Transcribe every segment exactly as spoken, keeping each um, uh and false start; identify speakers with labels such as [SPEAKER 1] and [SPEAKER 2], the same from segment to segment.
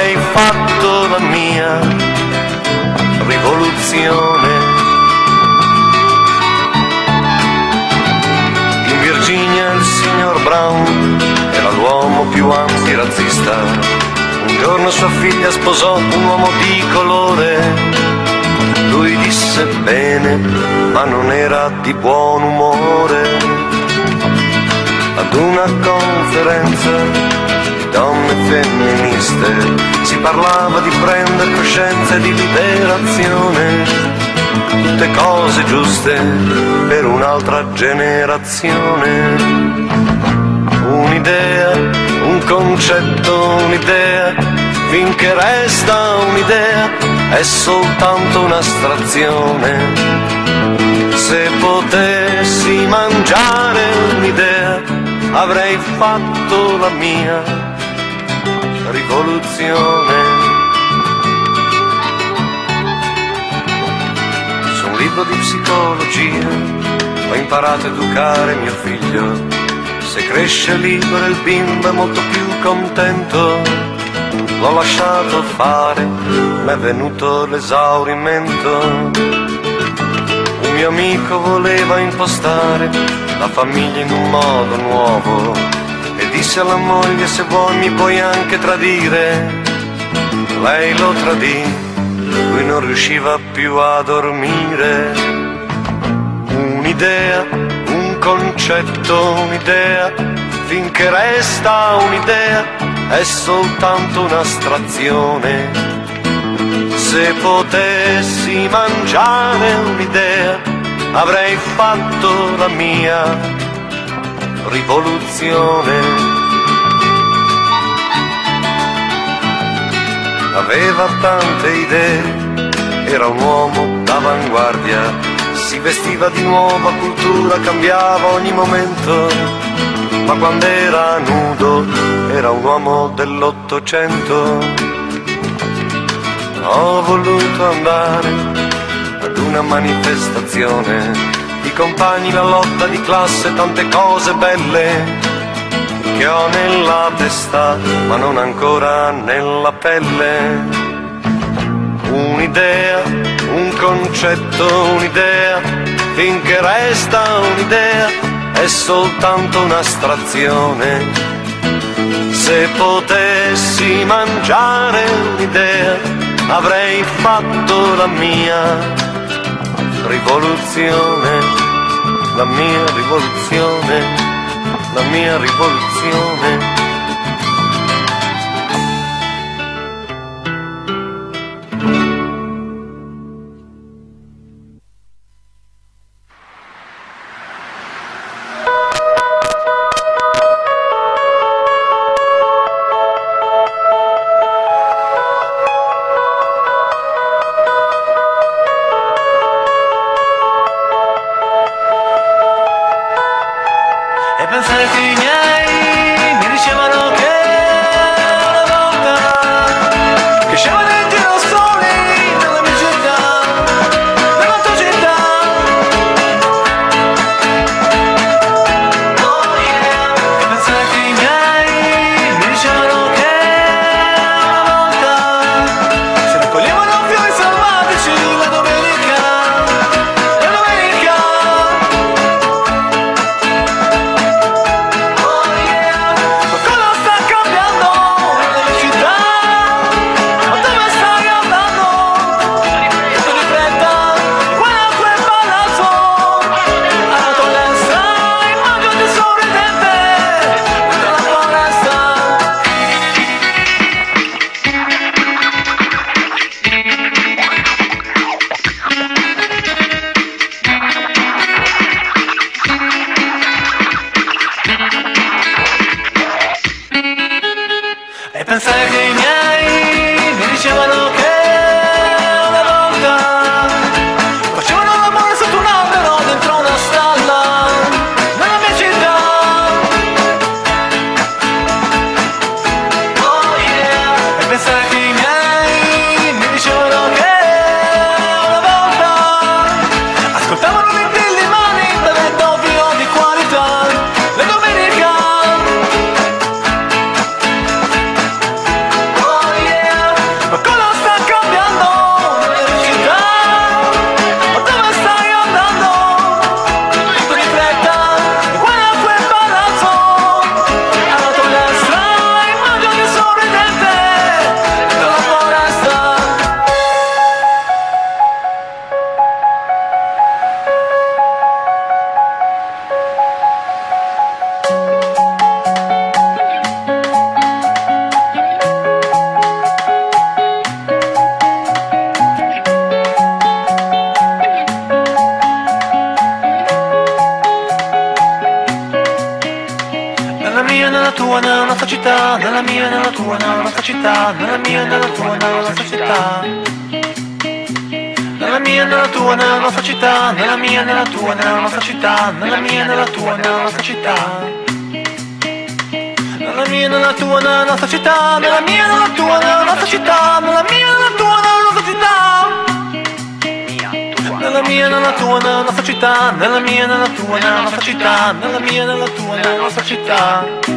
[SPEAKER 1] avrei fatto la mia rivoluzione. In Virginia il signor Brown era l'uomo più antirazzista. Un giorno sua figlia sposò un uomo di colore. Lui disse bene, ma non era di buon umore. Ad una conferenza di donne femministe si parlava di prendere coscienza e di liberazione, tutte cose giuste per un'altra generazione. Un'idea, un concetto, un'idea, finché resta un'idea è soltanto un'astrazione. Se potessi mangiare un'idea avrei fatto la mia rivoluzione. Su un libro di psicologia ho imparato a educare mio figlio. Se cresce libero il bimbo è molto più contento. L'ho lasciato fare, m'è venuto l'esaurimento. Un mio amico voleva impostare la famiglia in un modo nuovo e disse alla moglie: se vuoi mi puoi anche tradire. Lei lo tradì, lui non riusciva più a dormire. Un'idea, un concetto, un'idea, finché resta un'idea è soltanto un'astrazione. Se potessi mangiare un'idea avrei fatto la mia rivoluzione. Aveva tante idee, era un uomo d'avanguardia, si vestiva di nuova cultura, cambiava ogni momento. Ma quando era nudo era un uomo dell'Ottocento. Ho voluto andare ad una manifestazione, i compagni, la lotta di classe, tante cose belle che ho nella testa ma non ancora nella pelle. Un'idea, un concetto, un'idea, finché resta un'idea è soltanto un'astrazione. Se potessi mangiare un'idea avrei fatto la mia rivoluzione, la mia rivoluzione, la mia rivoluzione.
[SPEAKER 2] Pensare che i miei mi dicevano che una volta che scendevano in giro soli nella mia città, nella tua città. Oh yeah. E pensare che i miei mi dicevano che una volta si raccoglievano fiori selvatici la domenica, la domenica. E pensare che i miei mi dicevano che una volta facevano l'amore sotto un albero dentro una stalla nella mia città. Oh yeah. E pensare che i miei mi dicevano che una volta ascoltavano i brilli mani bevendo vino di qualità la domenica. mia, nella tua, nella nostra città, nella mia, nella tua, nella nostra città, nella mia, nella tua, nella nostra città. Nella mia, nella tua, nella nostra città, nella mia, nella tua, nella nostra città, nella mia, nella tua, nella nostra città. Nella mia, nella tua, nella nostra città, nella mia, nella tua, nella nostra città, nella mia, nella tua, nella nostra città. Nella mia, nella tua, nella nostra città, nella mia, nella tua, nella nostra città, nella mia, nella tua, nella nostra città.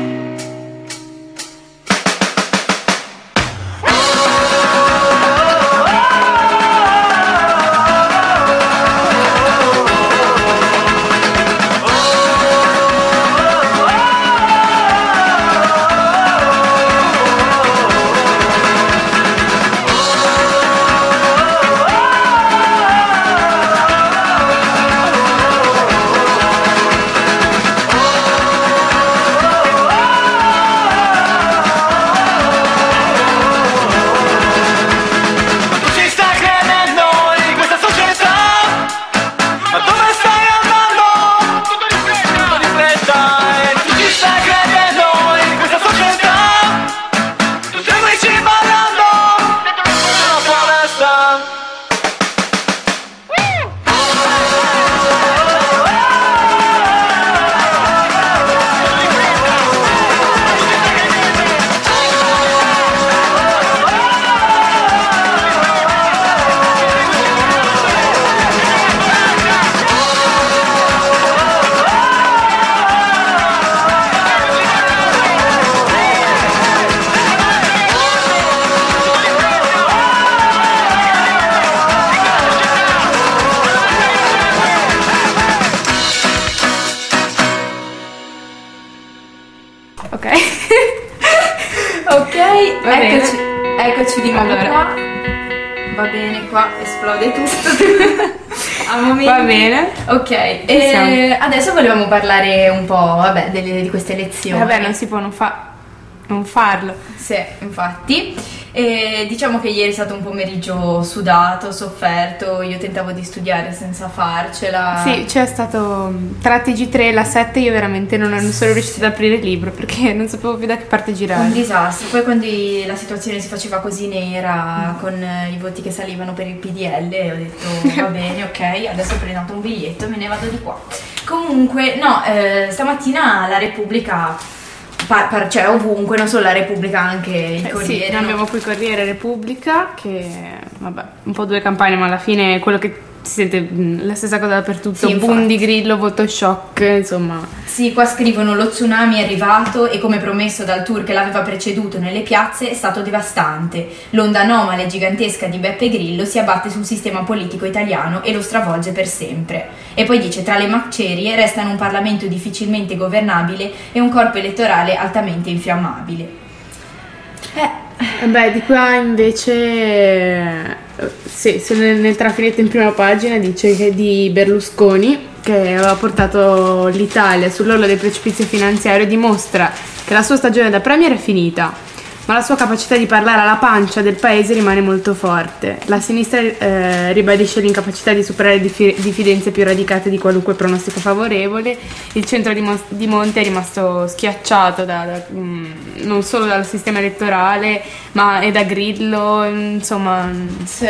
[SPEAKER 3] Eccoci, eccoci di nuovo
[SPEAKER 4] Allora.
[SPEAKER 3] qua. Va bene, qua esplode tutto. A momenti.
[SPEAKER 4] Va bene.
[SPEAKER 3] Ok, e
[SPEAKER 4] siamo.
[SPEAKER 3] adesso volevamo parlare un po', vabbè, delle- di queste lezioni.
[SPEAKER 4] Vabbè, non si può non, fa- non farlo.
[SPEAKER 3] Sì, infatti. E diciamo che ieri è stato un pomeriggio sudato, sofferto. Io tentavo di studiare senza farcela.
[SPEAKER 4] Sì, c'è stato tra T G tre e la sette, io veramente non, non sono riuscita ad aprire il libro perché non sapevo più da che parte girare.
[SPEAKER 3] Un disastro. Poi quando i- la situazione si faceva così nera con eh, i voti che salivano per il P D L, ho detto va bene, ok, adesso ho prenotato un biglietto e me ne vado di qua. Comunque, no, eh, stamattina la Repubblica, par- par- cioè ovunque, non solo la Repubblica, anche il
[SPEAKER 4] Eh,
[SPEAKER 3] Corriere.
[SPEAKER 4] sì,
[SPEAKER 3] no?
[SPEAKER 4] abbiamo qui Corriere Repubblica, che vabbè, un po' due campagne, ma alla fine quello che si sente mh, la stessa cosa dappertutto.
[SPEAKER 3] Sì, infatti.
[SPEAKER 4] Boom di Grillo, voto shock, insomma.
[SPEAKER 3] Sì, qua scrivono: lo tsunami è arrivato e, come promesso dal tour che l'aveva preceduto nelle piazze, è stato devastante. L'onda anomala e gigantesca di Beppe Grillo si abbatte sul sistema politico italiano e lo stravolge per sempre. E poi dice: tra le macerie restano un Parlamento difficilmente governabile e un corpo elettorale altamente infiammabile. Eh,
[SPEAKER 4] Eh Beh, di qua invece, eh, sì, se nel, nel trafiletto in prima pagina dice che di Berlusconi, che aveva portato l'Italia sull'orlo del precipizio finanziario, dimostra che la sua stagione da premier è finita, ma la sua capacità di parlare alla pancia del paese rimane molto forte. La sinistra eh, ribadisce l'incapacità di superare diffi- diffidenze più radicate di qualunque pronostico favorevole. Il centro di, Mon- di Monte è rimasto schiacciato da, da, mm, non solo dal sistema elettorale, ma e da Grillo, insomma,
[SPEAKER 3] sì.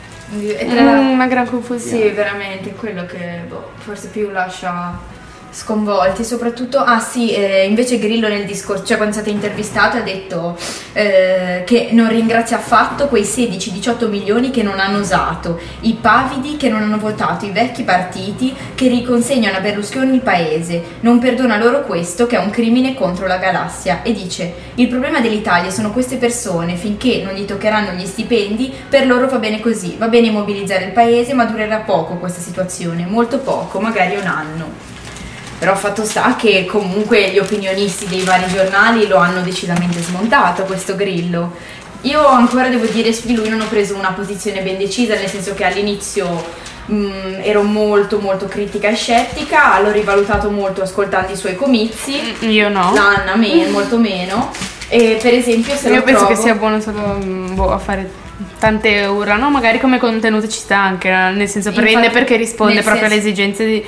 [SPEAKER 3] E tra la-
[SPEAKER 4] una gran confusione.
[SPEAKER 3] Sì, veramente, è quello che boh, forse più lascia sconvolti, soprattutto, ah sì, eh, invece Grillo nel discorso, cioè quando è stato intervistato, ha detto eh, che non ringrazia affatto quei sedici diciotto milioni che non hanno usato, i pavidi che non hanno votato, i vecchi partiti che riconsegnano a Berlusconi il paese, non perdona loro questo che è un crimine contro la galassia, e dice: il problema dell'Italia sono queste persone, finché non gli toccheranno gli stipendi per loro va bene così, va bene immobilizzare il paese, ma durerà poco questa situazione, molto poco, magari un anno. Però fatto sta che comunque gli opinionisti dei vari giornali lo hanno decisamente smontato questo Grillo. Io ancora devo dire su di lui non ho preso una posizione ben decisa, nel senso che all'inizio mh, ero molto molto critica e scettica, l'ho rivalutato molto ascoltando i suoi comizi,
[SPEAKER 4] Io no.
[SPEAKER 3] l'Anna me, molto meno, e per esempio se
[SPEAKER 4] Io
[SPEAKER 3] lo
[SPEAKER 4] penso
[SPEAKER 3] trovo...
[SPEAKER 4] che sia buono solo mm, boh, a fare tante urla, no? Magari come contenuto ci sta anche, nel senso prende
[SPEAKER 3] Infatti,
[SPEAKER 4] perché risponde
[SPEAKER 3] nel
[SPEAKER 4] proprio alle
[SPEAKER 3] senso-
[SPEAKER 4] esigenze di,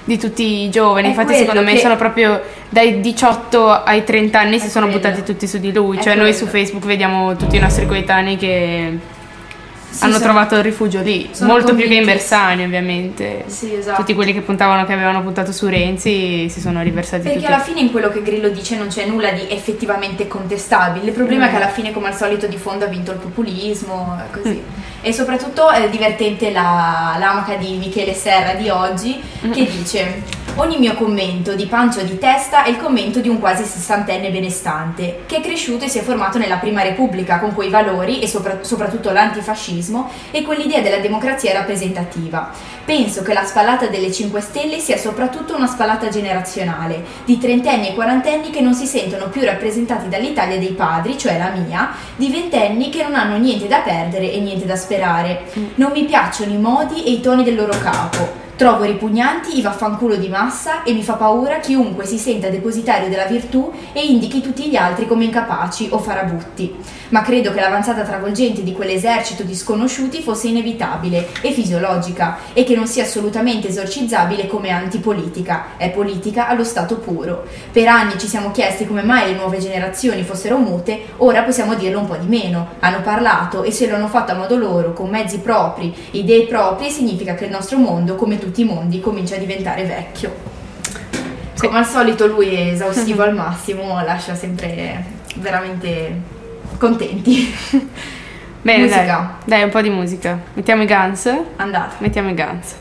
[SPEAKER 4] di tutti i giovani.
[SPEAKER 3] È
[SPEAKER 4] Infatti
[SPEAKER 3] quello
[SPEAKER 4] secondo me
[SPEAKER 3] che-
[SPEAKER 4] sono proprio dai diciotto ai trenta anni si
[SPEAKER 3] È
[SPEAKER 4] sono
[SPEAKER 3] quello.
[SPEAKER 4] buttati tutti su di lui.
[SPEAKER 3] È
[SPEAKER 4] Cioè noi
[SPEAKER 3] quello.
[SPEAKER 4] su Facebook vediamo tutti i nostri coetanei che
[SPEAKER 3] Sì,
[SPEAKER 4] hanno
[SPEAKER 3] sono-
[SPEAKER 4] trovato il rifugio lì,
[SPEAKER 3] sono
[SPEAKER 4] molto più che in
[SPEAKER 3] convinti.
[SPEAKER 4] Bersani ovviamente.
[SPEAKER 3] Sì, esatto.
[SPEAKER 4] Tutti quelli che puntavano, che avevano puntato su Renzi si sono riversati
[SPEAKER 3] Perché
[SPEAKER 4] tutti.
[SPEAKER 3] alla fine in quello che Grillo dice non c'è nulla di effettivamente contestabile. Il problema
[SPEAKER 4] Mm.
[SPEAKER 3] è che alla fine, come al solito, di fondo ha vinto il populismo, eh, così. E soprattutto è divertente la, l'amaca di Michele Serra di oggi, che dice: ogni mio commento di pancia o di testa è il commento di un quasi sessantenne benestante, che è cresciuto e si è formato nella Prima Repubblica con quei valori e sopra- soprattutto l'antifascismo e quell'idea della democrazia rappresentativa. Penso che la spallata delle cinque Stelle sia soprattutto una spallata generazionale, di trentenni e quarantenni che non si sentono più rappresentati dall'Italia dei padri, cioè la mia, di ventenni che non hanno niente da perdere e niente da sperare. Non mi piacciono i modi e i toni del loro capo. Trovo ripugnanti i vaffanculo di massa e mi fa paura chiunque si senta depositario della virtù e indichi tutti gli altri come incapaci o farabutti. Ma credo che l'avanzata travolgente di quell'esercito di sconosciuti fosse inevitabile e fisiologica e che non sia assolutamente esorcizzabile come antipolitica. È politica allo stato puro. Per anni ci siamo chiesti come mai le nuove generazioni fossero mute, ora possiamo dirlo un po' di meno. Hanno parlato e se lo hanno fatto a modo loro, con mezzi propri, idee proprie, significa che il nostro mondo, come tutti i mondi, comincia a diventare vecchio.
[SPEAKER 4] Sì.
[SPEAKER 3] Come al solito lui è esaustivo al massimo, lascia sempre veramente contenti.
[SPEAKER 4] Bene,
[SPEAKER 3] Musica.
[SPEAKER 4] dai, dai, un po' di musica. Mettiamo i Guns?
[SPEAKER 3] Andate.
[SPEAKER 4] Mettiamo i Guns.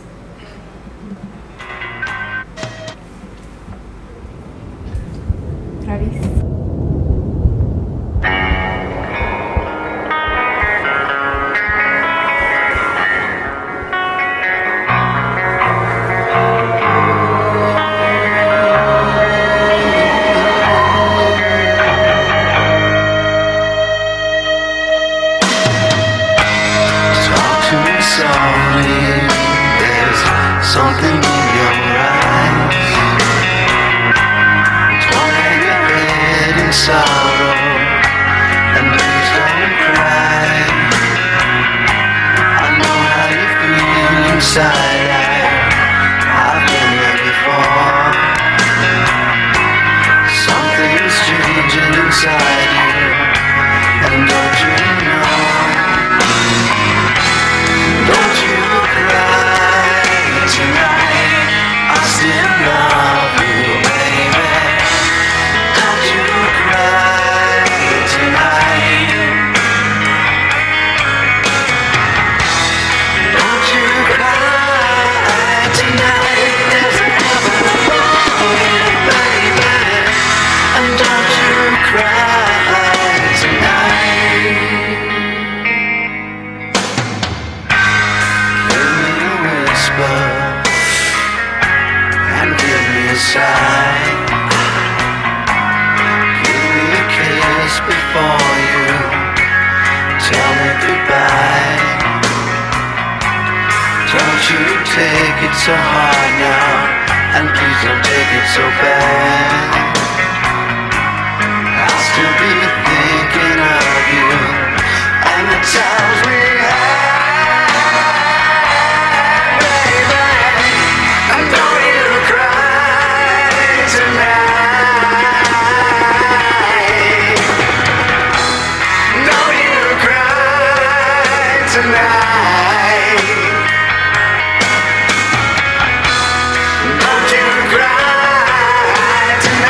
[SPEAKER 4] Bravissimo.
[SPEAKER 2] Talk to me softly. There's something in your eyes. Don't hang your head in sorrow, and please don't cry. I know how you feel inside. I, I've been there before. Something's changing inside you, and don't you know? Don't you cry tonight, I still love you, baby. Don't you cry tonight. Don't you cry tonight, there's a heaven above you, baby. And don't you cry tonight. Give me a whisper and give me a sigh. Give me a kiss before you tell me goodbye. Don't you take it so hard now, and please don't take it so bad. I'll still be thinking of you and the times we had, baby. And don't you cry tonight. Don't you cry tonight. Don't you cry tonight.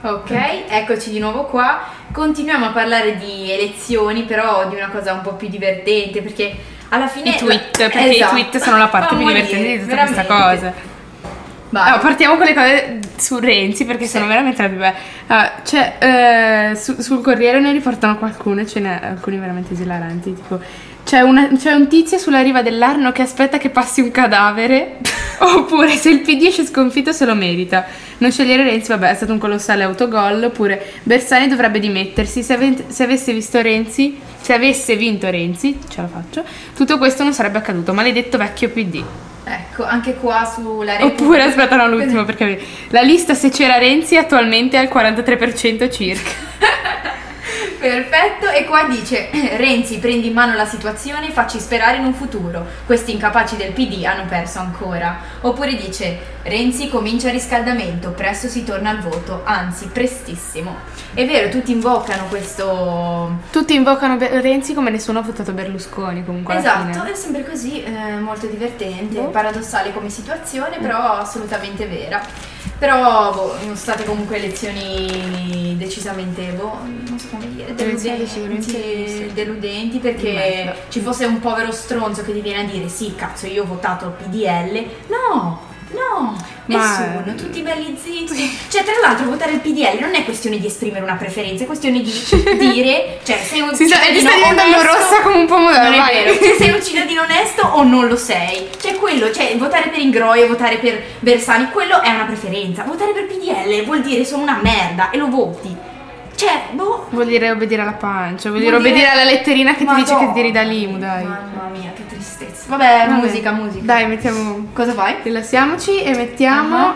[SPEAKER 3] Ok, eccoci di nuovo qua. Continuiamo a parlare di elezioni, però di una cosa un po' più divertente, perché alla fine
[SPEAKER 4] I tweet, perché
[SPEAKER 3] esatto.
[SPEAKER 4] i tweet sono la parte
[SPEAKER 3] Fa
[SPEAKER 4] più
[SPEAKER 3] morire,
[SPEAKER 4] divertente di tutta
[SPEAKER 3] veramente.
[SPEAKER 4] questa cosa.
[SPEAKER 3] Vai.
[SPEAKER 4] Allora, partiamo con le cose su Renzi, perché
[SPEAKER 3] Sì.
[SPEAKER 4] sono veramente le più belle. Allora, cioè, eh, su- sul Corriere ne riportano qualcuno, ce n'è alcuni veramente esilaranti, tipo c'è, una- c'è un tizio sulla riva dell'Arno che aspetta che passi un cadavere. Oppure se il P D esce sconfitto se lo merita. Non scegliere Renzi, vabbè, è stato un colossale autogol. Oppure Bersani dovrebbe dimettersi. Se, ave- se avesse visto Renzi, se avesse vinto Renzi, ce la faccio, tutto questo non sarebbe accaduto. Maledetto vecchio P D.
[SPEAKER 3] Ecco, anche qua sulla Repubblica.
[SPEAKER 4] Oppure, aspetta, no, l'ultimo perché la lista se c'era Renzi attualmente è al quarantatré per cento circa.
[SPEAKER 3] Perfetto, e qua dice Renzi prendi in mano la situazione e facci sperare in un futuro, questi incapaci del P D hanno perso ancora. Oppure dice Renzi comincia il riscaldamento, presto si torna al voto, anzi prestissimo. È vero, tutti invocano questo...
[SPEAKER 4] Tutti invocano Be- Renzi come nessuno ha votato Berlusconi comunque alla
[SPEAKER 3] Esatto,
[SPEAKER 4] fine.
[SPEAKER 3] è sempre così, eh, molto divertente,
[SPEAKER 4] Boh.
[SPEAKER 3] paradossale come situazione, però assolutamente vera. Però boh, sono state comunque elezioni decisamente, boh, non so come dire,
[SPEAKER 4] Elezioni
[SPEAKER 3] deludenti,
[SPEAKER 4] decisamente-
[SPEAKER 3] deludenti
[SPEAKER 4] Di
[SPEAKER 3] perché
[SPEAKER 4] merda.
[SPEAKER 3] ci fosse un povero stronzo che ti viene a dire sì, cazzo, io ho votato P D L. No, no,
[SPEAKER 4] Ma-
[SPEAKER 3] nessuno, tutti belli zitti. Cioè, tra l'altro votare il P D L non è questione di esprimere una preferenza, è questione di dire, cioè, sei un
[SPEAKER 4] Si sta, e ti
[SPEAKER 3] cittadino
[SPEAKER 4] sta diventando
[SPEAKER 3] onesto-
[SPEAKER 4] rossa come un pomodoro.
[SPEAKER 3] non è
[SPEAKER 4] vai.
[SPEAKER 3] vero, cioè, sei un cittadino onesto o non lo sei? Cioè quello, cioè votare per Ingroia, votare per Bersani, quello è una preferenza. Votare per P D L vuol dire sono una merda e lo voti. Cioè, boh.
[SPEAKER 4] Vuol dire obbedire alla pancia, vuol,
[SPEAKER 3] Vuol
[SPEAKER 4] dire obbedire
[SPEAKER 3] dire-
[SPEAKER 4] alla letterina che ti dice che
[SPEAKER 3] Madonna.
[SPEAKER 4] ti tiri da Limu, dai.
[SPEAKER 3] Mamma mia, che tristezza. Vabbè,
[SPEAKER 4] Vabbè.
[SPEAKER 3] musica, musica.
[SPEAKER 4] Dai, mettiamo.
[SPEAKER 3] Cosa fai?
[SPEAKER 4] Rilassiamoci e mettiamo.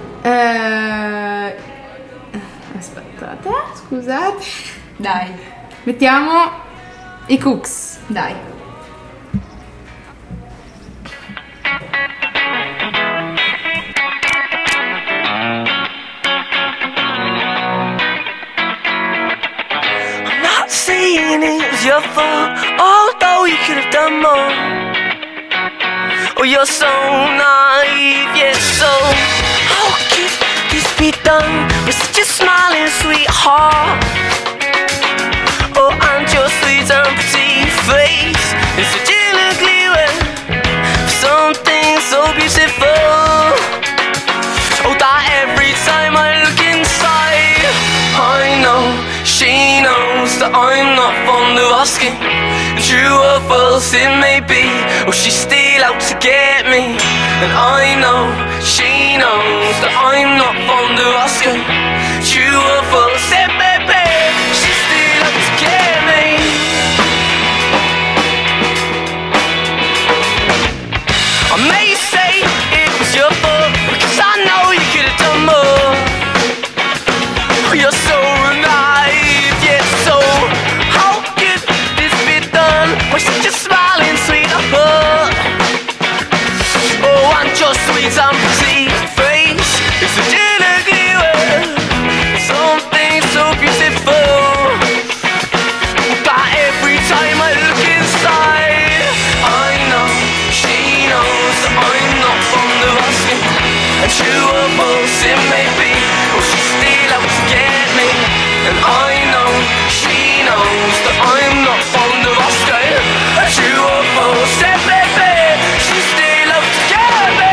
[SPEAKER 4] eh, Aspettate, scusate.
[SPEAKER 3] Dai,
[SPEAKER 4] Mettiamo i Cooks.
[SPEAKER 3] dai.
[SPEAKER 5] Not saying it was your fault, although you could have done more. Oh, you're so naive, yes, so how could this be done with such a smiling sweetheart? Oh, and your sweet and pretty face is such an ugly way for something so beautiful. Oh, that every time I look inside, I know she knows that I'm not fond of asking. True or false it may be, or she's still out to get me. And I know she knows that I'm not fond of asking. True or false it may be, she's still out to get me. I may say it was your fault, because I know you could have done more. You're so naive, yet so how could this be done with such a smiling sweetheart? Oh, and your sweet and pretty face is such an ugly word, something so beautiful. But every time I look inside, I know she knows that I'm not fond of asking. And true or false it may be, or she's still out to get me. And I know she knows that I'm not fond of asking. And true or false it may be, she's still out to get me.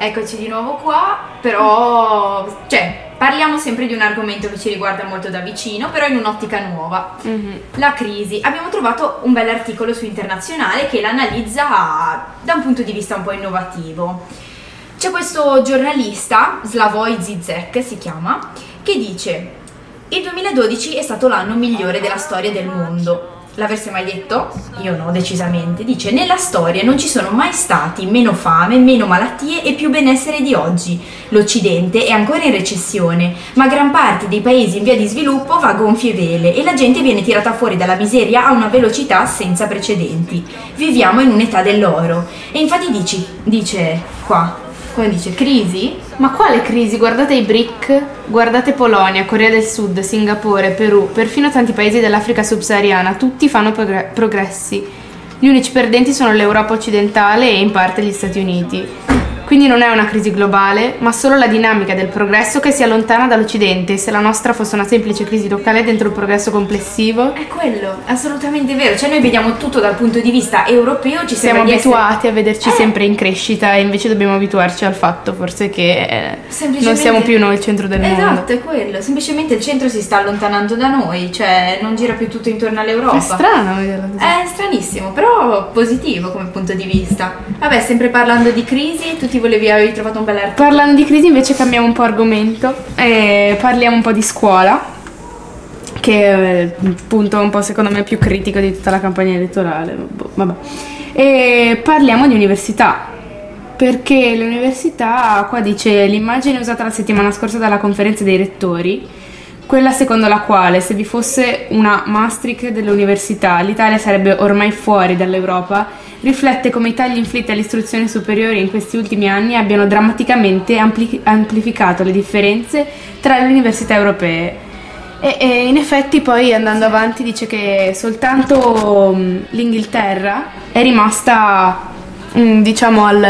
[SPEAKER 3] eccoci di nuovo qua, però cioè parliamo sempre di un argomento che ci riguarda molto da vicino, però in un'ottica nuova. Mm-hmm. La crisi. Abbiamo trovato un bell'articolo su Internazionale che l'analizza da un punto di vista un po' innovativo. C'è questo giornalista, Slavoj Zizek si chiama, che dice: il duemiladodici è stato l'anno migliore della storia del mondo. L'avreste mai detto? Io no, decisamente. Dice: nella storia non ci sono mai stati meno fame, meno malattie e più benessere di oggi. L'Occidente è ancora in recessione, ma gran parte dei paesi in via di sviluppo va a gonfie vele e la gente viene tirata fuori dalla miseria a una velocità senza precedenti. Viviamo in un'età dell'oro. E infatti dici, dice qua, come dice, crisi?
[SPEAKER 4] Ma quale crisi? Guardate i B R I C, guardate Polonia, Corea del Sud, Singapore, Perù, perfino tanti paesi dell'Africa subsahariana, tutti fanno progr- progressi. Gli unici perdenti sono l'Europa occidentale e in parte gli Stati Uniti. Quindi non è una crisi globale, ma solo la dinamica del progresso che si allontana dall'Occidente. Se la nostra fosse una semplice crisi locale dentro il progresso complessivo...
[SPEAKER 3] È quello, assolutamente vero. Cioè noi vediamo tutto dal punto di vista europeo, ci
[SPEAKER 4] siamo abituati
[SPEAKER 3] essere...
[SPEAKER 4] a vederci eh. sempre in crescita e invece dobbiamo abituarci al fatto forse che eh,
[SPEAKER 3] semplicemente...
[SPEAKER 4] non siamo più noi il centro del
[SPEAKER 3] esatto,
[SPEAKER 4] mondo.
[SPEAKER 3] Esatto, è quello. Semplicemente il centro si sta allontanando da noi, cioè non gira più tutto intorno all'Europa.
[SPEAKER 4] È strano vederlo così.
[SPEAKER 3] È stranissimo, però positivo come punto di vista. Vabbè, sempre parlando di crisi, tutti volevi, avevi trovato un bel articolo.
[SPEAKER 4] Parlando di crisi invece cambiamo un po' argomento e parliamo un po' di scuola, che è il punto un po' secondo me più critico di tutta la campagna elettorale. Vabbè. E parliamo di università, perché l'università, qua dice l'immagine usata la settimana scorsa dalla conferenza dei rettori, quella secondo la quale se vi fosse una Maastricht dell'università l'Italia sarebbe ormai fuori dall'Europa, riflette come i tagli inflitti all'istruzione superiore in questi ultimi anni abbiano drammaticamente ampli- amplificato le differenze tra le università europee. E, e in effetti poi andando avanti dice che soltanto um, l'Inghilterra è rimasta um, diciamo al...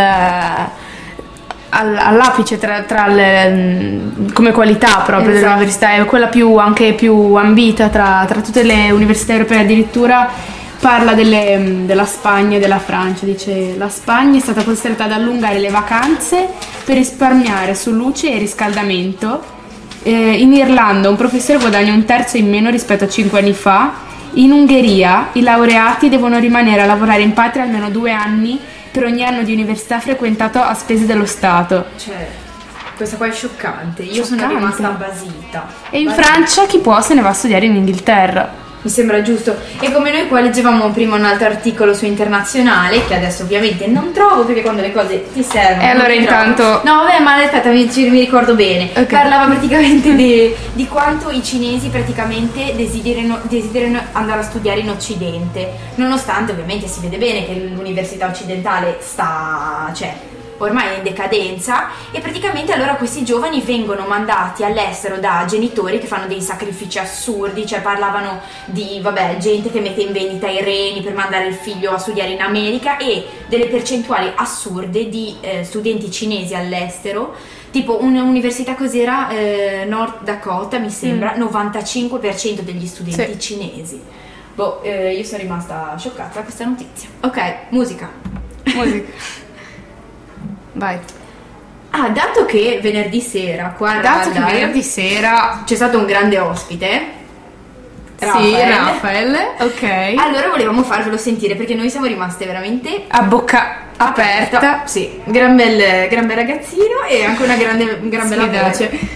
[SPEAKER 4] all'apice tra, tra le, come qualità proprio esatto. dell'università, è quella più anche più ambita tra, tra tutte le università europee. Addirittura parla delle, della Spagna e della Francia, dice la Spagna è stata costretta ad allungare le vacanze per risparmiare su luce e riscaldamento. Eh, in Irlanda un professore guadagna un terzo in meno rispetto a cinque anni fa. In Ungheria i laureati devono rimanere a lavorare in patria almeno due anni per ogni anno di università frequentato a spese dello Stato.
[SPEAKER 3] Cioè, questa qua è scioccante. Io
[SPEAKER 4] scioccante.
[SPEAKER 3] sono rimasta basita.
[SPEAKER 4] E in
[SPEAKER 3] basita.
[SPEAKER 4] Francia chi può se ne va a studiare in Inghilterra.
[SPEAKER 3] Mi sembra giusto. E come noi qua leggevamo prima un altro articolo su Internazionale, che adesso ovviamente non trovo perché quando le cose ti servono.
[SPEAKER 4] E allora intanto...
[SPEAKER 3] Trovo. No vabbè, ma aspetta, mi, mi ricordo bene. Okay. Parlava praticamente di, di quanto i cinesi praticamente desiderano, desiderano andare a studiare in Occidente, nonostante ovviamente si vede bene che l'università occidentale sta... cioè ormai è in decadenza, e praticamente allora questi giovani vengono mandati all'estero da genitori che fanno dei sacrifici assurdi, cioè parlavano di vabbè gente che mette in vendita i reni per mandare il figlio a studiare in America, e delle percentuali assurde di eh, studenti cinesi all'estero, tipo un'università cos'era, eh, North Dakota mi sembra, mm. novantacinque per cento degli studenti sì. cinesi. Boh, eh, io sono rimasta scioccata da questa notizia. Ok, musica.
[SPEAKER 4] Musica. Vai.
[SPEAKER 3] Ah, dato che venerdì sera qua
[SPEAKER 4] dato che venerdì sera
[SPEAKER 3] c'è stato un grande ospite,
[SPEAKER 4] Raffaele. Sì, Raffaele, ok.
[SPEAKER 3] Allora volevamo farvelo sentire perché noi siamo rimaste veramente
[SPEAKER 4] a bocca aperta. aperta.
[SPEAKER 3] Sì, gran bel, gran bel ragazzino e anche una grande, gran bella sì, voce.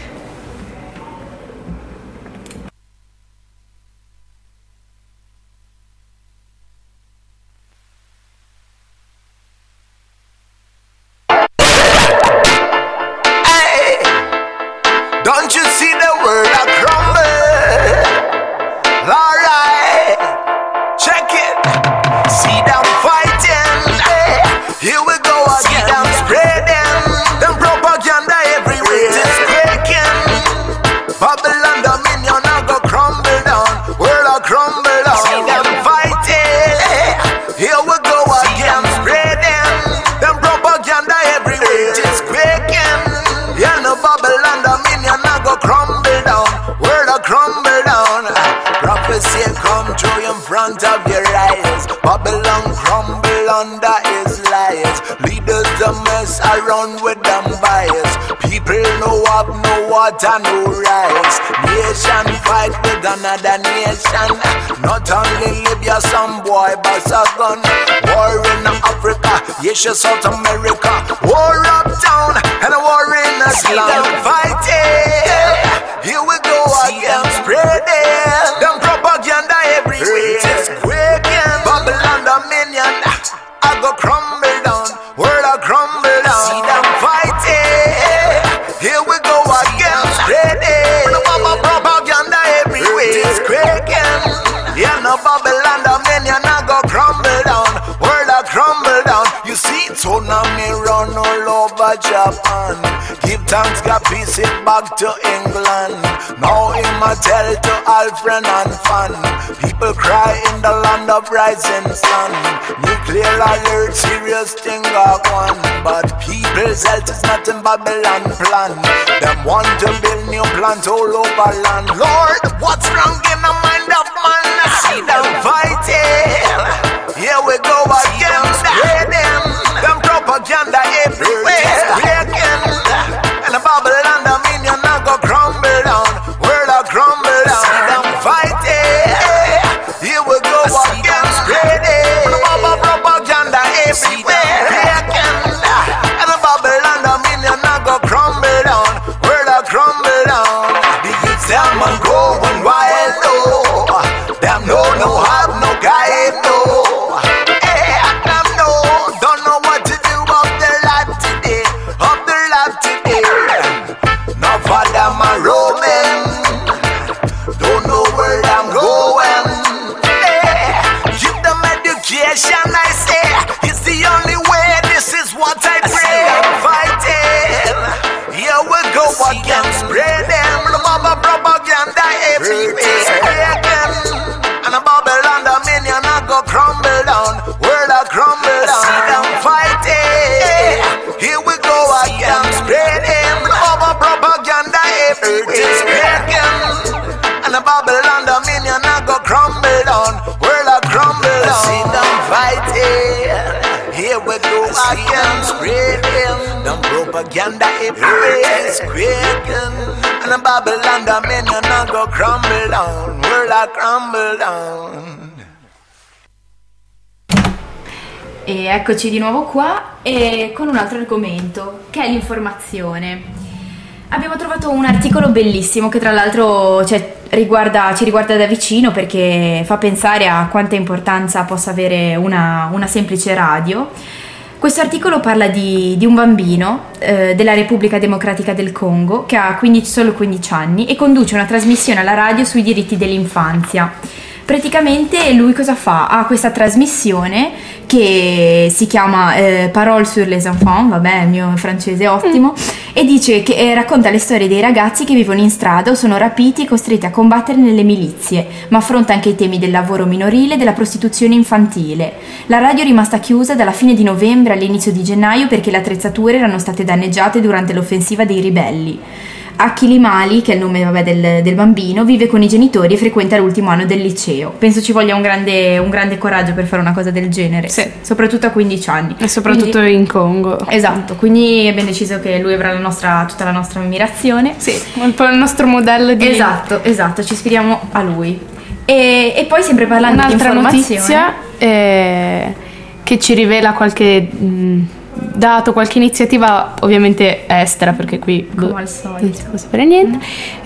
[SPEAKER 6] Don't you see the world a crumble? Alright, check it. See them fighting. Hey, here we go again. See them spreading. Them propaganda everywhere. It is breaking. Babylon Dominion a go crumble down. World a crumble down. See them fighting. Hey, here we go again. Spreading. Them propaganda everywhere. It is breaking. Yeah, no Babylon Dominion a go crumble down, world a crumble down. Prophecy come true in front of your eyes. Babylon crumble under his lies. Leaders is a mess around with them bias. People no have no water, no rice. Nation fight with another nation. Not only Libya, some boy bust a gun. War in Africa, yes, South America. War uptown and a war in the slum. Fighting, here we go again, spreading them propaganda everywhere. It's quaking, Babylon Dominion. I go crumble down, world I crumble down. See them fighting, here we go again, spreading propaganda everywhere. It's quaking, yeah, no Babylon Dominion. I go crumble down, world I crumble down. You see, tsunami run all over Japan. Give thanks, got peace it back to England. Now him a tell to all friend and fun. People cry in the land of rising sun. Nuclear alert, serious thing got one. But people's health is not in Babylon plan. Them want to build new plants all over land. Lord, what's wrong in the mind of man? I see them fighting. Here we go again, spreading them propaganda everywhere. Breaking, and the Babylon Dominion I go crumble down, world I crumble down. See them fighting. Here we go again, spreading the propaganda everywhere. Breaking, and the Babylon Dominion I go crumble down, world I crumble down. The youth them a going wild, oh. Them no no have no guide, no. I say, it's the only way, this is what I pray. Fighting, here we go again, spreading the propaganda everywhere. And the Babylon Dominion I go crumble down, world I crumble down. See them fighting, here we go again, spreading the propaganda everywhere. And the Babylon Dominion I go crumble down, world I crumble down. See them fighting, here we go again, spreading them propaganda everywhere, squeaking. And the Babylon Dominion I go crumble down, world I crumble down.
[SPEAKER 3] E eccoci di nuovo qua e con un altro argomento che è l'informazione. Abbiamo trovato un articolo bellissimo che tra l'altro cioè, riguarda, ci riguarda da vicino perché fa pensare a quanta importanza possa avere una, una semplice radio. Questo articolo parla di, di un bambino eh, della Repubblica Democratica del Congo che ha quindici, solo quindici anni e conduce una trasmissione alla radio sui diritti dell'infanzia. Praticamente lui cosa fa? Ha questa trasmissione che si chiama eh, Paroles sur les enfants, vabbè il mio francese è ottimo, mm. e dice che eh, racconta le storie dei ragazzi che vivono in strada o sono rapiti e costretti a combattere nelle milizie, ma affronta anche i temi del lavoro minorile e della prostituzione infantile. La radio è rimasta chiusa dalla fine di novembre all'inizio di gennaio perché le attrezzature erano state danneggiate durante l'offensiva dei ribelli. Achille Mali, che è il nome vabbè, del, del bambino, vive con i genitori e frequenta l'ultimo anno del liceo. Penso ci voglia un grande, un grande coraggio per fare una cosa del genere,
[SPEAKER 4] sì.
[SPEAKER 3] Soprattutto a quindici anni.
[SPEAKER 4] E soprattutto quindi, in Congo.
[SPEAKER 3] Esatto, quindi abbiamo deciso che lui avrà la nostra, tutta la nostra ammirazione.
[SPEAKER 4] Sì, un po' il nostro modello di...
[SPEAKER 3] Esatto, esatto, ci ispiriamo a lui. E, e poi sempre parlando
[SPEAKER 4] Un'altra
[SPEAKER 3] di informazione...
[SPEAKER 4] notizia eh, che ci rivela qualche... Mh, dato qualche iniziativa ovviamente estera perché qui
[SPEAKER 3] come
[SPEAKER 4] boh,
[SPEAKER 3] al solito
[SPEAKER 4] non si può sapere niente,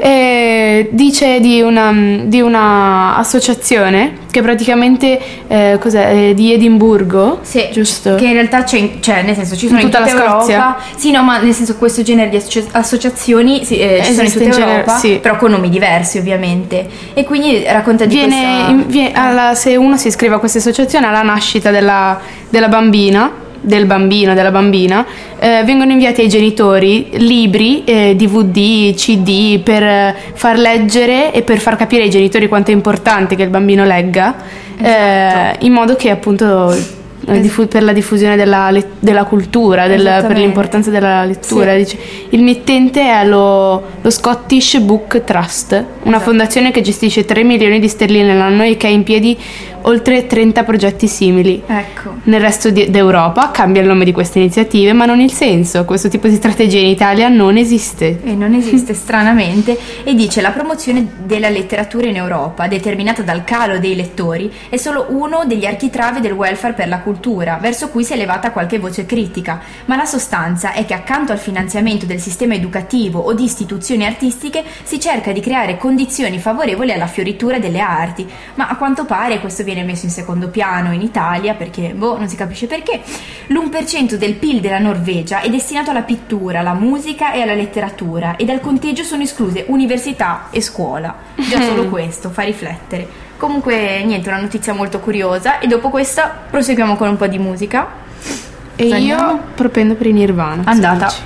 [SPEAKER 4] eh, dice di una, di una associazione che praticamente eh, cos'è, eh, di Edimburgo,
[SPEAKER 3] sì,
[SPEAKER 4] giusto?
[SPEAKER 3] Che in realtà c'è, cioè nel senso ci sono in tutta, in tutta la Scozia. Europa, sì no ma nel senso questo genere di associ- associazioni sì, eh, ci sono in tutta in Europa genere, sì. Però con nomi diversi ovviamente e quindi racconta di
[SPEAKER 4] viene,
[SPEAKER 3] questa
[SPEAKER 4] in, viene, alla, se uno si iscrive a questa associazione alla nascita della, della bambina del bambino, della bambina, eh, vengono inviati ai genitori libri, eh, D V D, C D per far leggere e per far capire ai genitori quanto è importante che il bambino legga, esatto. eh, in modo che appunto esatto. per la diffusione della, della cultura, del, per l'importanza della lettura. Sì. Dice, il mittente è lo, lo Scottish Book Trust, una esatto. fondazione che gestisce tre milioni di sterline l'anno e che ha in piedi oltre trenta progetti simili.
[SPEAKER 3] Ecco.
[SPEAKER 4] Nel resto di- d'Europa cambia il nome di queste iniziative, ma non il senso. Questo tipo di strategia in Italia non esiste.
[SPEAKER 3] E non esiste stranamente, e dice: la promozione della letteratura in Europa, determinata dal calo dei lettori, è solo uno degli architravi del welfare per la cultura, verso cui si è levata qualche voce critica, ma la sostanza è che accanto al finanziamento del sistema educativo o di istituzioni artistiche si cerca di creare condizioni favorevoli alla fioritura delle arti, ma a quanto pare questo viene messo in secondo piano in Italia perché, boh, non si capisce perché. L'uno per cento del P I L della Norvegia è destinato alla pittura, alla musica e alla letteratura, e dal conteggio sono escluse università e scuola. Già solo questo fa riflettere. Comunque niente, una notizia molto curiosa, e dopo questa proseguiamo con un po' di musica.
[SPEAKER 4] E io
[SPEAKER 3] Andiamo?
[SPEAKER 4] propendo per i Nirvana.
[SPEAKER 3] Andata.
[SPEAKER 4] se dici.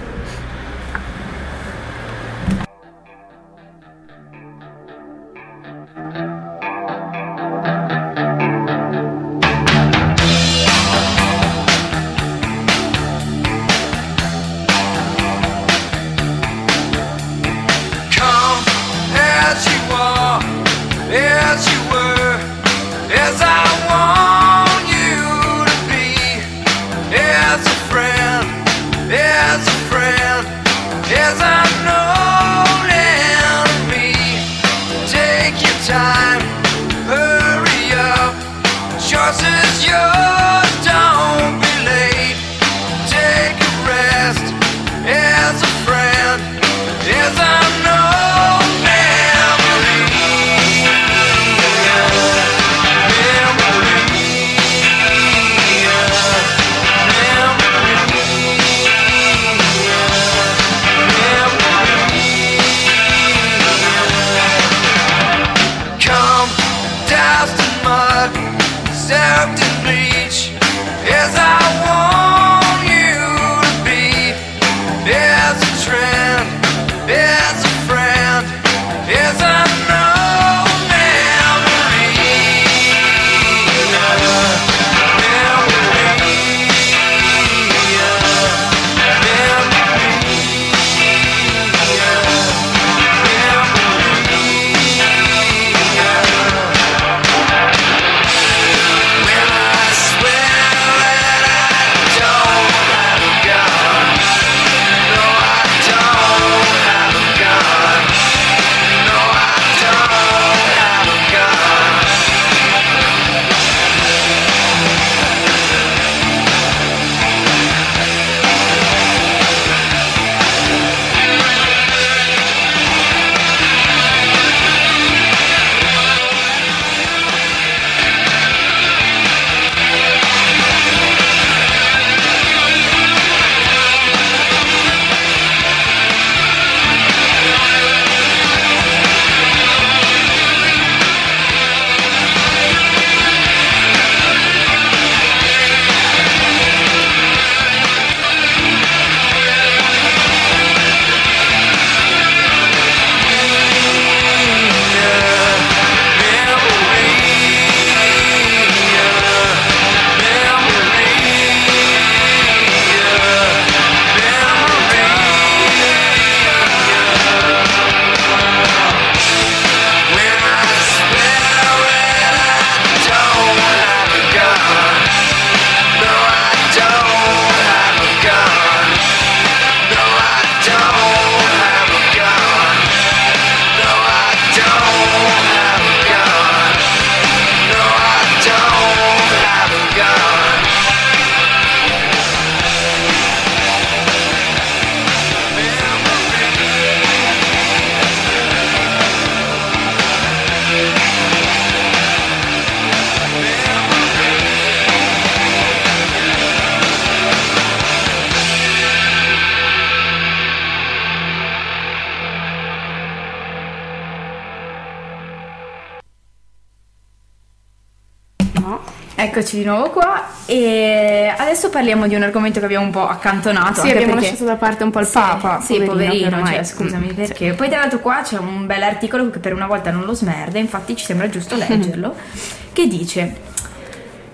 [SPEAKER 6] Come as you are, as you were, as I want you to be, as a friend, as a friend, as I'm known in me. Take your time, hurry up, choice is yours, don't be late. Take a rest, as a friend, as I'm known memory. Come, doused in mud, soaked in bleach, as I want you to be, as a trend, as a friend, as I know memory. When I swear that I don't have a gun, no, I don't have a gun, no, I don't have a gun. When I swear that I don't have a gun, no, I don't have a gun, no, I don't have a gun, no, I don't have a gun, no, I don't have a gun.
[SPEAKER 4] No.
[SPEAKER 3] Eccoci di nuovo qua, e adesso parliamo di un argomento che abbiamo un po' accantonato.
[SPEAKER 4] Sì,
[SPEAKER 3] anche
[SPEAKER 4] abbiamo
[SPEAKER 3] perché-
[SPEAKER 4] lasciato da parte un po' il
[SPEAKER 3] Sì,
[SPEAKER 4] Papa.
[SPEAKER 3] sì, poverino,
[SPEAKER 4] ormai.
[SPEAKER 3] cioè, scusami,
[SPEAKER 4] Mm,
[SPEAKER 3] perché poi tra l'altro qua c'è un bel articolo che per una volta non lo smerde, infatti ci sembra giusto leggerlo, che dice: eh,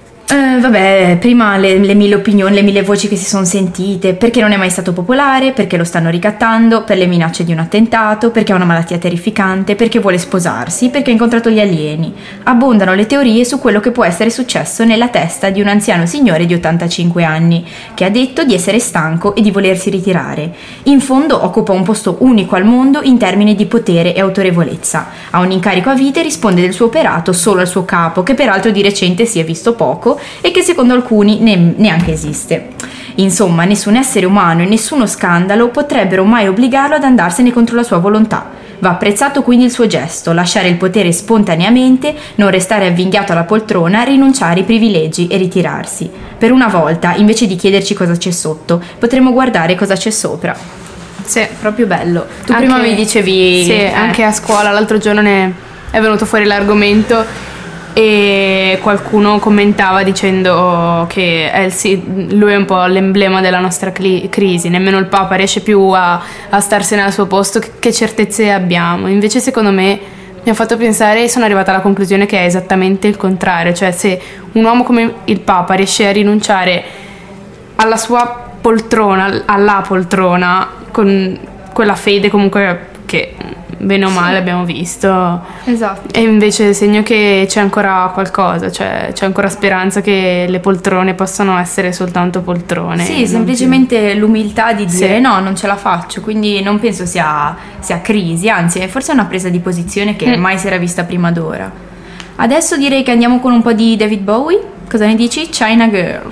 [SPEAKER 3] Eh, vabbè, prima le, le mille opinioni, le mille voci che si sono sentite, perché non è mai stato popolare, perché lo stanno ricattando, per le minacce di un attentato, perché ha una malattia terrificante, perché vuole sposarsi, perché ha incontrato gli alieni. Abbondano le teorie su quello che può essere successo nella testa di un anziano signore di ottantacinque anni, che ha detto di essere stanco e di volersi ritirare. In fondo occupa un posto unico al mondo in termini di potere e autorevolezza. Ha un incarico a vita e risponde del suo operato solo al suo capo, che peraltro di recente si è visto poco e che secondo alcuni ne- neanche esiste. Insomma, nessun essere umano e nessuno scandalo potrebbero mai obbligarlo ad andarsene contro la sua volontà. Va apprezzato quindi il suo gesto, lasciare il potere spontaneamente, non restare avvinghiato alla poltrona, rinunciare ai privilegi e ritirarsi. Per una volta, invece di chiederci cosa c'è sotto, potremmo guardare cosa c'è sopra.
[SPEAKER 4] Sì.
[SPEAKER 3] Proprio bello. Tu
[SPEAKER 4] Anche-
[SPEAKER 3] prima mi dicevi...
[SPEAKER 4] Sì,
[SPEAKER 3] eh,
[SPEAKER 4] anche a scuola l'altro giorno ne è venuto fuori l'argomento e qualcuno commentava dicendo che è il si- lui è un po' l'emblema della nostra cli- crisi, nemmeno il Papa riesce più a, a starsene al suo posto, che, che certezze abbiamo. Invece secondo me mi ha fatto pensare e sono arrivata alla conclusione che è esattamente il contrario, cioè se un uomo come il Papa riesce a rinunciare alla sua poltrona, alla poltrona, con quella fede comunque che bene o male abbiamo visto,
[SPEAKER 3] Esatto.
[SPEAKER 4] e invece segno che c'è ancora qualcosa, cioè c'è ancora speranza che le poltrone possano essere soltanto poltrone.
[SPEAKER 3] Sì,
[SPEAKER 4] non
[SPEAKER 3] semplicemente l'umiltà di dire
[SPEAKER 4] Sì.
[SPEAKER 3] no, non ce la faccio, quindi non penso sia, sia crisi, anzi è forse una presa di posizione che
[SPEAKER 4] Mm.
[SPEAKER 3] mai si era vista prima d'ora. Adesso direi che andiamo con un po' di David Bowie, cosa ne dici? China Girl.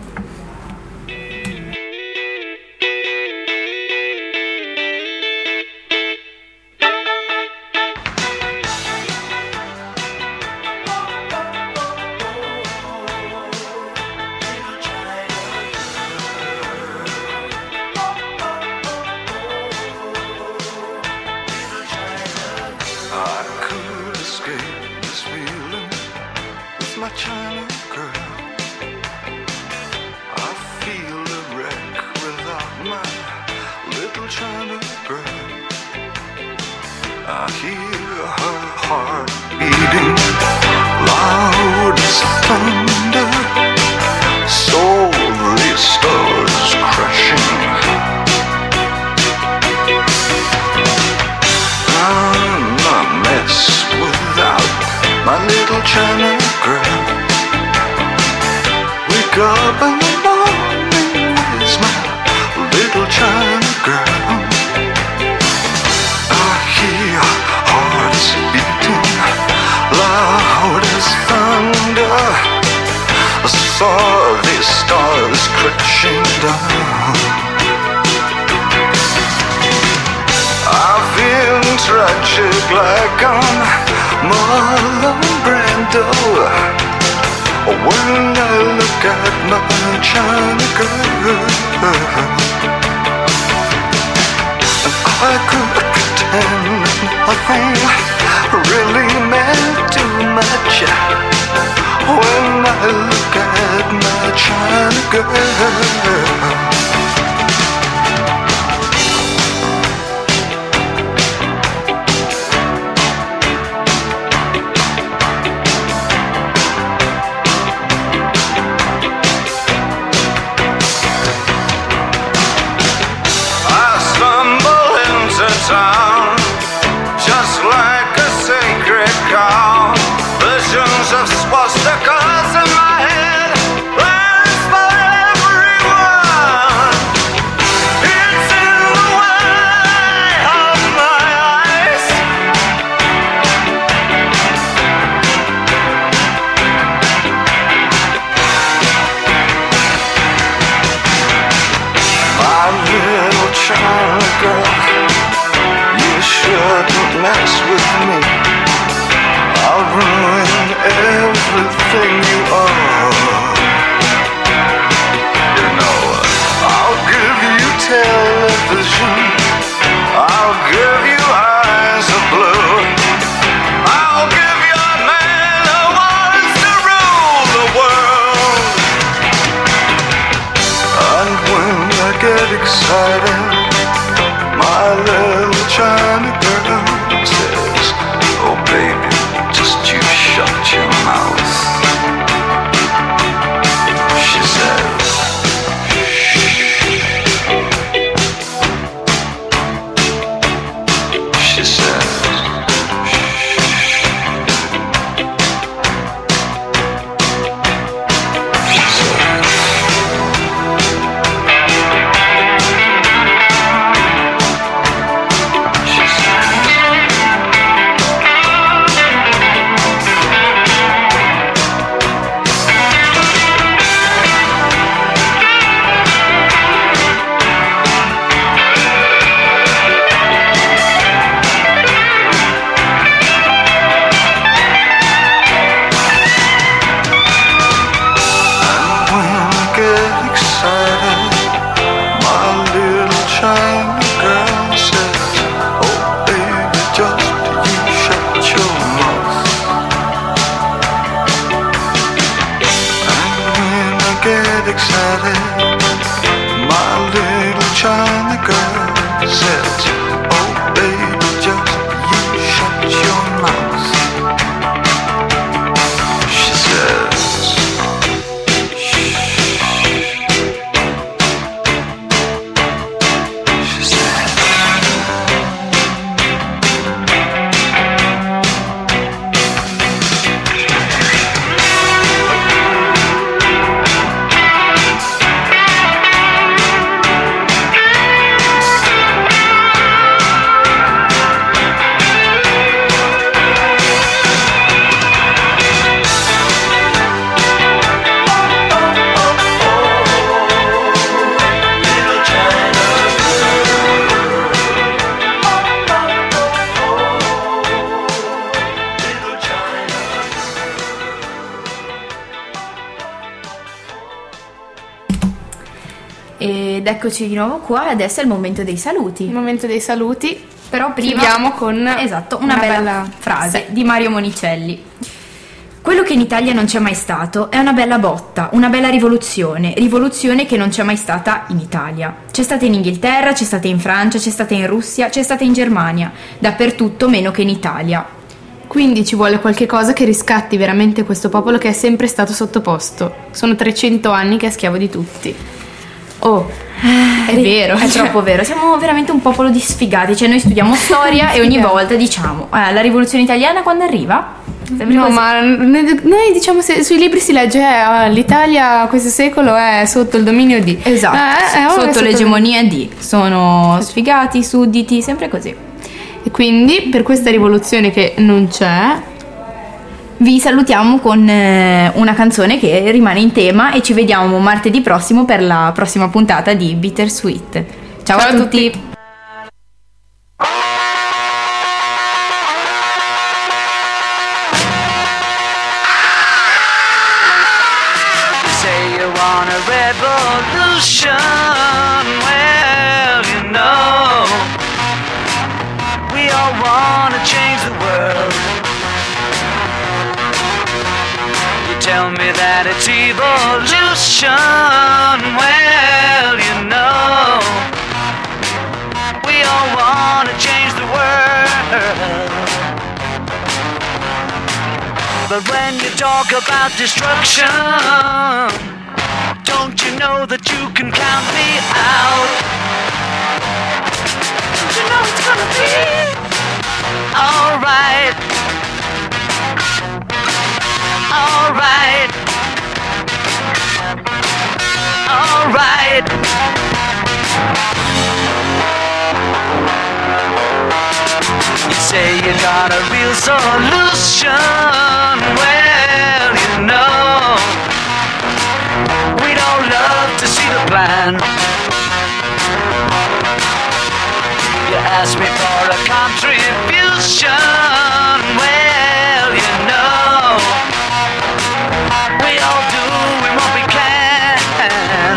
[SPEAKER 1] I could escape this feeling with my China girl. I feel a wreck without my little China girl. I hear her heart beating loud as thunder. Slowly stars crashing. I'm a mess without my little China girl. Wake up in the morning, where's my little China girl? I hear hearts beating loud as thunder. I saw these stars crashing down. I feel tragic like I'm Marlon Brando when I look at my China girl. And I could pretend nothing really meant too much when I look at my China girl. Town, just like a sacred cow. Visions of swastikas in my head, plans for everyone. It's in the way of my eyes. My little China girl, shouldn't mess with me. I'll ruin everything you are. You know, I'll give you television. I'll give you eyes of blue. I'll give you a man who wants to rule the world. And when I get excited, my little China girl says, oh baby, just you shut your mouth. get excited. My little China girl says, oh baby, just you shut your mouth. She says, shh. She says,
[SPEAKER 3] Ed eccoci di nuovo qua, adesso è il momento dei saluti.
[SPEAKER 4] Il momento dei saluti.
[SPEAKER 3] Però prima
[SPEAKER 4] Chiudiamo con
[SPEAKER 3] esatto, una,
[SPEAKER 4] una
[SPEAKER 3] bella,
[SPEAKER 4] bella-
[SPEAKER 3] frase di Mario Monicelli. Quello che in Italia non c'è mai stato è una bella botta, una bella rivoluzione, rivoluzione che non c'è mai stata in Italia. C'è stata in Inghilterra, c'è stata in Francia, c'è stata in Russia, c'è stata in Germania, dappertutto meno che in Italia.
[SPEAKER 4] Quindi ci vuole qualche cosa che riscatti veramente questo popolo che è sempre stato sottoposto. Sono trecento anni che è schiavo di tutti.
[SPEAKER 3] Oh,
[SPEAKER 4] È vero,
[SPEAKER 3] è
[SPEAKER 4] cioè-
[SPEAKER 3] troppo vero. Siamo veramente un popolo di sfigati. Cioè, noi studiamo storia e ogni volta diciamo: eh, la rivoluzione italiana quando arriva? Sempre
[SPEAKER 4] No,
[SPEAKER 3] così.
[SPEAKER 4] ma noi, noi diciamo se, sui libri si legge eh, ah, l'Italia questo secolo è sotto il dominio di
[SPEAKER 3] Esatto,
[SPEAKER 4] Eh, eh, ora è
[SPEAKER 3] sotto
[SPEAKER 4] sotto
[SPEAKER 3] l'egemonia di sono sfigati, sudditi, sempre così.
[SPEAKER 4] E quindi per questa rivoluzione che non c'è,
[SPEAKER 3] Vi salutiamo con eh, una canzone che rimane in tema e ci vediamo martedì prossimo per la prossima puntata di Bittersweet. Ciao,
[SPEAKER 4] Ciao
[SPEAKER 3] a
[SPEAKER 4] a
[SPEAKER 3] tutti.
[SPEAKER 4] tutti.
[SPEAKER 2] Say you want a revolution, well, you know, we all want to change the world. You tell me that it's evolution, well, you know, we all want to change the world. But when you talk about destruction, don't you know that you can count me out? Don't you know it's gonna be alright? Alright. Alright. You say you got a real solution, well, you know, we'd all love to see the plan. You ask me for a contribution, well, you know, we all do what we can.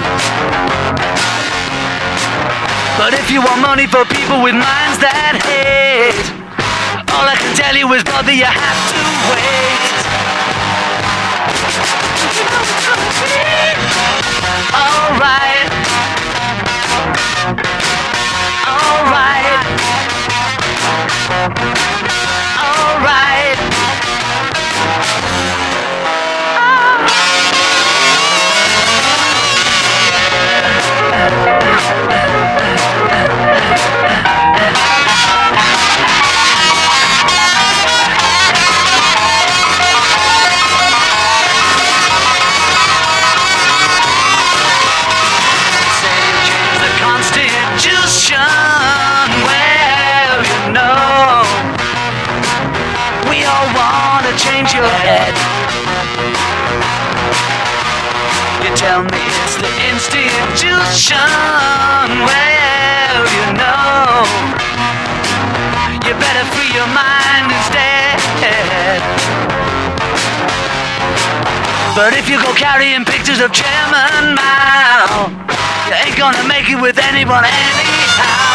[SPEAKER 2] But if you want money for people with minds that hate, all I can tell you is, brother, you have to wait. You know it's gonna be alright. Alright. Alright. Change your head. You tell me it's the institution. Well, you know, you better free your mind instead. But if you go carrying pictures of Chairman Mao, you ain't gonna make it with anyone anyhow.